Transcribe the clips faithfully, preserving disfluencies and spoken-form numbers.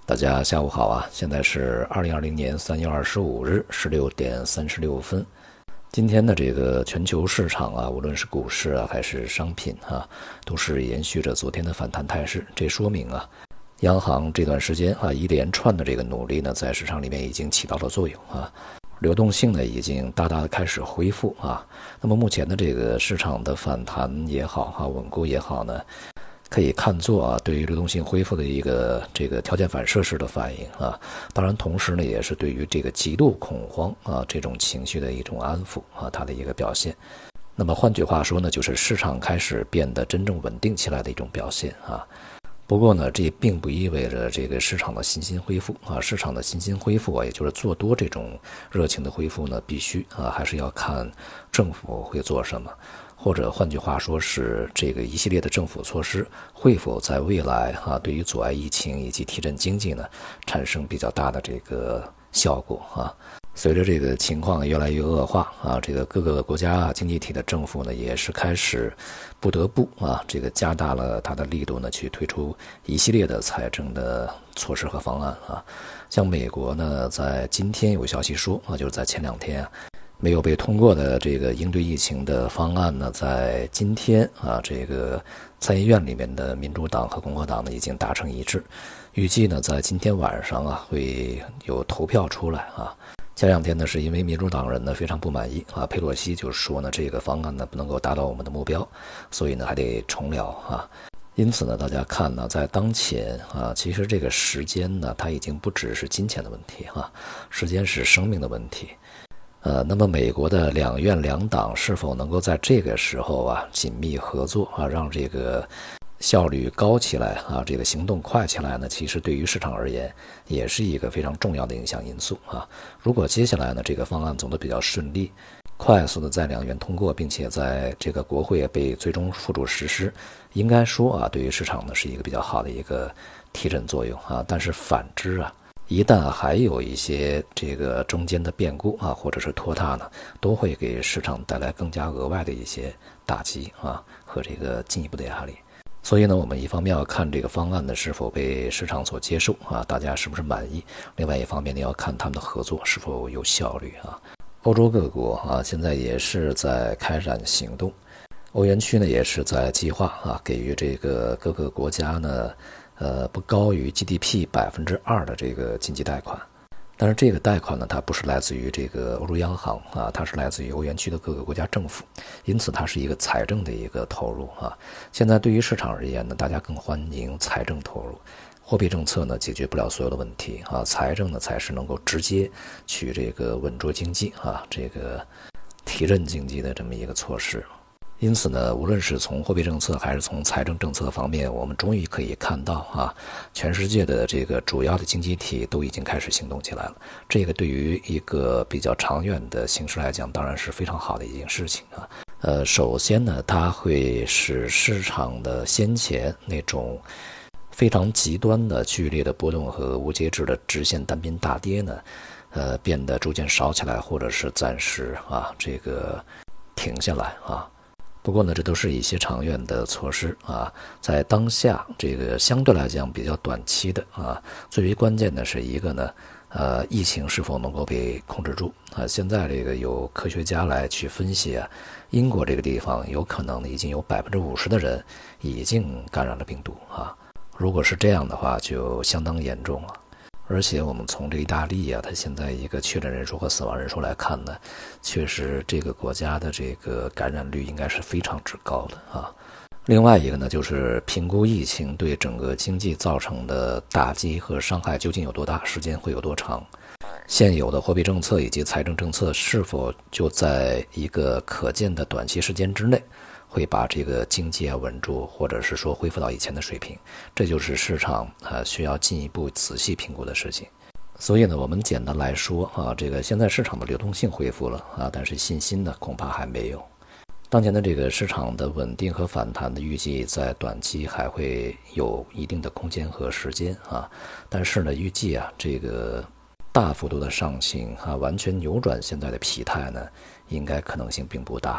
大家下午好啊！现在是二零二零年三月二十五日十六点三十六分。今天的这个全球市场啊，无论是股市啊还是商品啊，都是延续着昨天的反弹态势。这说明啊，央行这段时间啊一连串的这个努力呢，在市场里面已经起到了作用啊，流动性呢已经大大的开始恢复啊。那么目前的这个市场的反弹也好啊，稳固也好呢，可以看作啊，对于流动性恢复的一个这个条件反射式的反应啊，当然同时呢，也是对于这个极度恐慌啊这种情绪的一种安抚啊，它的一个表现。那么换句话说呢，就是市场开始变得真正稳定起来的一种表现啊。不过呢，这并不意味着这个市场的信心恢复啊，市场的信心恢复啊，也就是做多这种热情的恢复呢，必须啊还是要看政府会做什么。或者换句话说是这个一系列的政府措施会否在未来啊对于阻碍疫情以及提振经济呢产生比较大的这个效果啊。随着这个情况越来越恶化啊，这个各个国家经济体的政府呢也是开始不得不啊这个加大了它的力度呢去推出一系列的财政的措施和方案啊。像美国呢在今天有消息说啊，就是在前两天啊没有被通过的这个应对疫情的方案呢，在今天啊，这个参议院里面的民主党和共和党呢已经达成一致，预计呢在今天晚上啊会有投票出来啊。前两天呢是因为民主党人呢非常不满意啊，佩洛西就说呢这个方案呢不能够达到我们的目标，所以呢还得重聊啊。因此呢，大家看呢，在当前啊，其实这个时间呢，它已经不只是金钱的问题啊，时间是生命的问题。呃，那么美国的两院两党是否能够在这个时候啊紧密合作啊，让这个效率高起来啊，这个行动快起来呢？其实对于市场而言也是一个非常重要的影响因素啊。如果接下来呢这个方案走得比较顺利，快速的在两院通过，并且在这个国会被最终付诸实施，应该说啊，对于市场呢是一个比较好的一个提振作用啊。但是反之啊，一旦还有一些这个中间的变故啊，或者是拖沓呢，都会给市场带来更加额外的一些打击啊和这个进一步的压力。所以呢，我们一方面要看这个方案呢是否被市场所接受啊，大家是不是满意；另外一方面呢，要看他们的合作是否有效率啊。欧洲各国啊，现在也是在开展行动，欧元区呢也是在计划啊，给予这个各个国家呢。呃，不高于 G D P 百分之二的这个经济贷款，但是这个贷款呢，它不是来自于这个欧洲央行啊，它是来自于欧元区的各个国家政府，因此它是一个财政的一个投入啊。现在对于市场而言呢，大家更欢迎财政投入，货币政策呢解决不了所有的问题啊，财政呢才是能够直接去这个稳住经济啊，这个提振经济的这么一个措施。因此呢，无论是从货币政策还是从财政政策方面，我们终于可以看到啊，全世界的这个主要的经济体都已经开始行动起来了。这个对于一个比较长远的形势来讲，当然是非常好的一件事情啊。呃，首先呢，它会使市场的先前那种非常极端的剧烈的波动和无节制的直线单边大跌呢，呃，变得逐渐少起来，或者是暂时啊这个停下来啊。不过呢，这都是一些长远的措施啊，在当下这个相对来讲比较短期的啊，最为关键的是一个呢，呃，疫情是否能够被控制住啊？现在这个有科学家来去分析啊，英国这个地方有可能已经有百分之五十的人已经感染了病毒啊，如果是这样的话，就相当严重了。而且我们从这意大利啊，它现在一个确诊人数和死亡人数来看呢，确实这个国家的这个感染率应该是非常之高的啊。另外一个呢，就是评估疫情对整个经济造成的打击和伤害究竟有多大，时间会有多长。现有的货币政策以及财政政策是否就在一个可见的短期时间之内会把这个经济啊稳住，或者是说恢复到以前的水平，这就是市场啊需要进一步仔细评估的事情。所以呢，我们简单来说啊，这个现在市场的流动性恢复了啊，但是信心呢恐怕还没有。当前的这个市场的稳定和反弹的预计在短期还会有一定的空间和时间啊，但是呢，预计啊这个大幅度的上行啊，完全扭转现在的疲态呢，应该可能性并不大。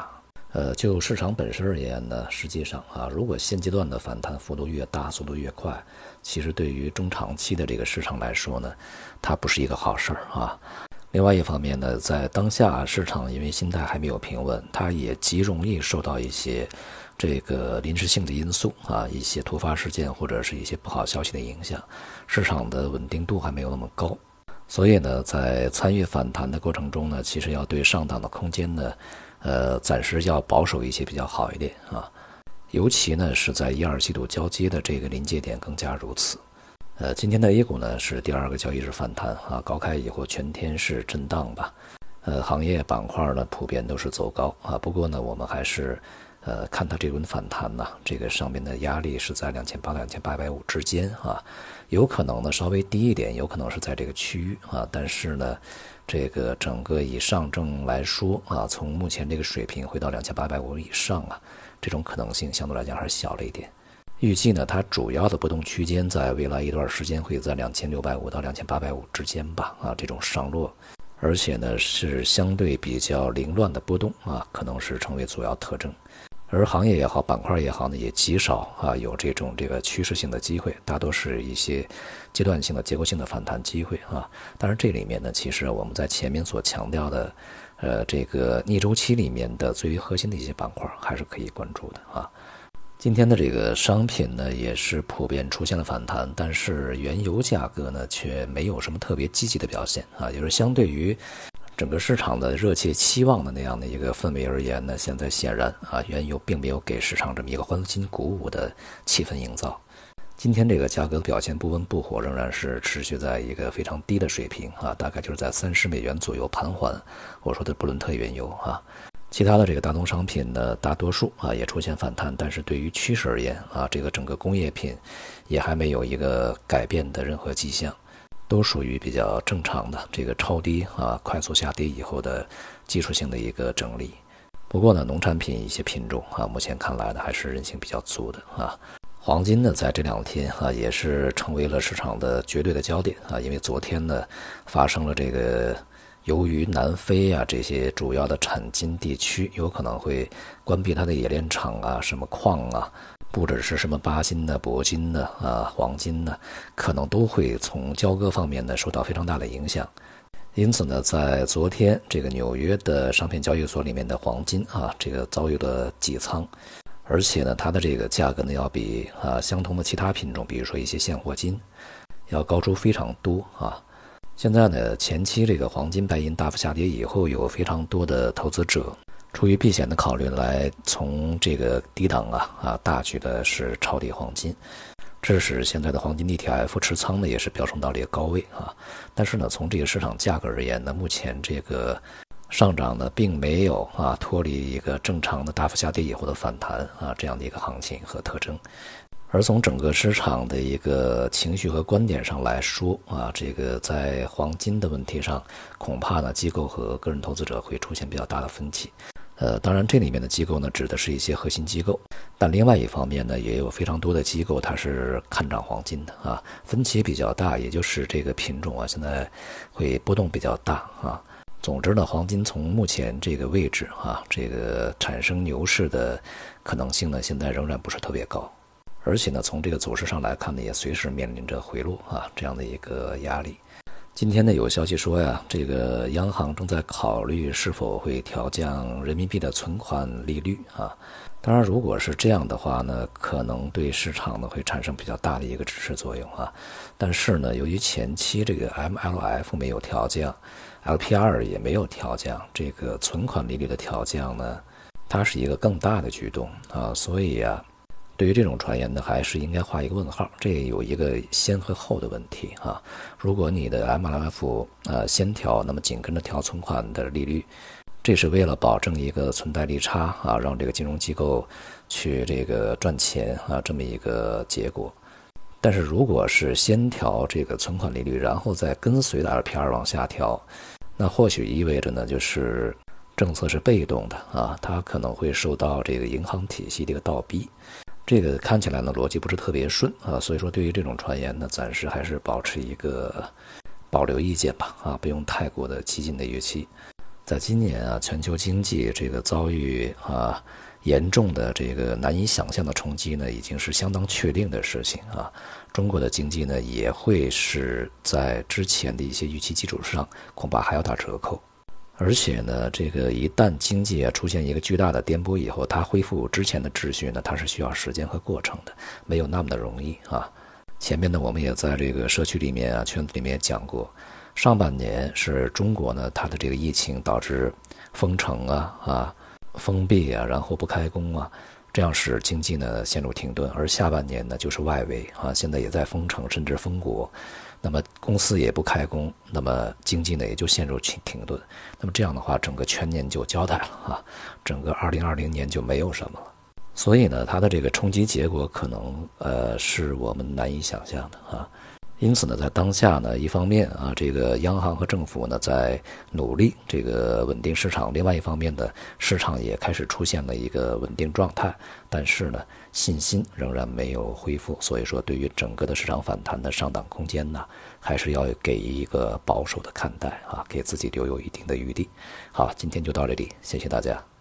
呃，就市场本身而言呢，实际上啊，如果现阶段的反弹幅度越大，速度越快，其实对于中长期的这个市场来说呢，它不是一个好事儿啊。另外一方面呢，在当下市场因为心态还没有平稳，它也极容易受到一些这个临时性的因素啊，一些突发事件或者是一些不好消息的影响，市场的稳定度还没有那么高。所以呢，在参与反弹的过程中呢，其实要对上档的空间呢，呃，暂时要保守一些比较好一点啊。尤其呢是在一二季度交接的这个临界点更加如此。呃，今天的 A 股呢是第二个交易日反弹啊，高开以后全天是震荡吧。呃，行业板块呢普遍都是走高啊，不过呢我们还是呃看它这轮反弹呢，这个上面的压力是在两千八百、两千八百五之间啊。有可能呢稍微低一点，有可能是在这个区域啊，但是呢，这个整个以上证来说啊，从目前这个水平回到两千八百五以上啊，这种可能性相对来讲还是小了一点。预计呢，它主要的波动区间在未来一段时间会在两千六百五到两千八百五之间吧啊，这种上落，而且呢是相对比较凌乱的波动啊，可能是成为主要特征。而行业也好，板块也好呢，也极少啊有这种这个趋势性的机会，大多是一些阶段性的结构性的反弹机会啊。当然这里面呢，其实我们在前面所强调的，呃，这个逆周期里面的最为核心的一些板块还是可以关注的啊。今天的这个商品呢，也是普遍出现了反弹，但是原油价格呢，却没有什么特别积极的表现啊，就是相对于整个市场的热切期望的那样的一个氛围而言呢，现在显然啊，原油并没有给市场这么一个欢欣鼓舞的气氛营造。今天这个价格表现不温不火，仍然是持续在一个非常低的水平啊，大概就是在三十美元左右盘桓。我说的布伦特原油啊，其他的这个大宗商品呢，大多数啊也出现反弹，但是对于趋势而言啊，这个整个工业品也还没有一个改变的任何迹象。都属于比较正常的这个超低啊，快速下跌以后的技术性的一个整理。不过呢，农产品一些品种啊，目前看来呢还是韧性比较足的啊。黄金呢，在这两天啊也是成为了市场的绝对的焦点啊，因为昨天呢发生了这个由于南非啊这些主要的产金地区有可能会关闭它的冶炼厂啊，什么矿啊。不只是什么巴金呢、铂金呢、啊黄金呢，可能都会从交割方面呢受到非常大的影响。因此呢，在昨天这个纽约的商品交易所里面的黄金啊，这个遭遇了挤仓，而且呢，它的这个价格呢要比啊相同的其他品种，比如说一些现货金，要高出非常多啊。现在呢，前期这个黄金白银大幅下跌以后，有非常多的投资者。出于避险的考虑来从这个低档啊啊大举的是抄底黄金，致使现在的黄金 E T F 持仓呢也是飙升到了一个高位啊。但是呢，从这个市场价格而言呢，目前这个上涨呢并没有啊脱离一个正常的大幅下跌以后的反弹啊这样的一个行情和特征。而从整个市场的一个情绪和观点上来说啊，这个在黄金的问题上，恐怕呢机构和个人投资者会出现比较大的分歧。呃，当然这里面的机构呢，指的是一些核心机构，但另外一方面呢，也有非常多的机构它是看涨黄金的啊，分歧比较大，也就是这个品种啊，现在会波动比较大啊。总之呢，黄金从目前这个位置啊，这个产生牛市的可能性呢，现在仍然不是特别高，而且呢，从这个走势上来看呢，也随时面临着回落啊这样的一个压力。今天呢，有消息说呀，这个央行正在考虑是否会调降人民币的存款利率啊。当然，如果是这样的话呢，可能对市场呢会产生比较大的一个支持作用啊。但是呢，由于前期这个 M L F 没有调降 ，L P R 也没有调降，这个存款利率的调降呢，它是一个更大的举动啊，所以啊。对于这种传言呢，还是应该画一个问号，这有一个先和后的问题啊。如果你的 M L F 呃先调，那么紧跟着调存款的利率，这是为了保证一个存贷利差啊，让这个金融机构去这个赚钱啊，这么一个结果。但是如果是先调这个存款利率，然后再跟随的 L P R 往下调，那或许意味着呢，就是政策是被动的啊，它可能会受到这个银行体系的一个倒逼。这个看起来呢逻辑不是特别顺啊，所以说对于这种传言呢，暂时还是保持一个保留意见吧啊，不用太过的激进的预期。 在今年啊，全球经济这个遭遇啊严重的这个难以想象的冲击呢，已经是相当确定的事情啊。中国的经济呢，也会是在之前的一些预期基础上，恐怕还要打折扣。而且呢，这个一旦经济啊出现一个巨大的颠簸以后，它恢复之前的秩序呢，它是需要时间和过程的，没有那么的容易啊。前面呢，我们也在这个社区里面啊、圈子里面讲过，上半年是中国呢，它的这个疫情导致封城啊、啊封闭啊，然后不开工啊，这样使经济呢陷入停顿。而下半年呢，就是外围啊，现在也在封城甚至封国。那么公司也不开工，那么经济呢也就陷入停顿。那么这样的话，整个全年就交代了啊，整个二零二零年就没有什么了。所以呢，它的这个冲击结果可能呃是我们难以想象的啊。因此呢，在当下呢，一方面啊，这个央行和政府呢在努力这个稳定市场；另外一方面呢，市场也开始出现了一个稳定状态，但是呢，信心仍然没有恢复。所以说，对于整个的市场反弹的上档空间呢，还是要给一个保守的看待啊，给自己留有一定的余地。好，今天就到这里，谢谢大家。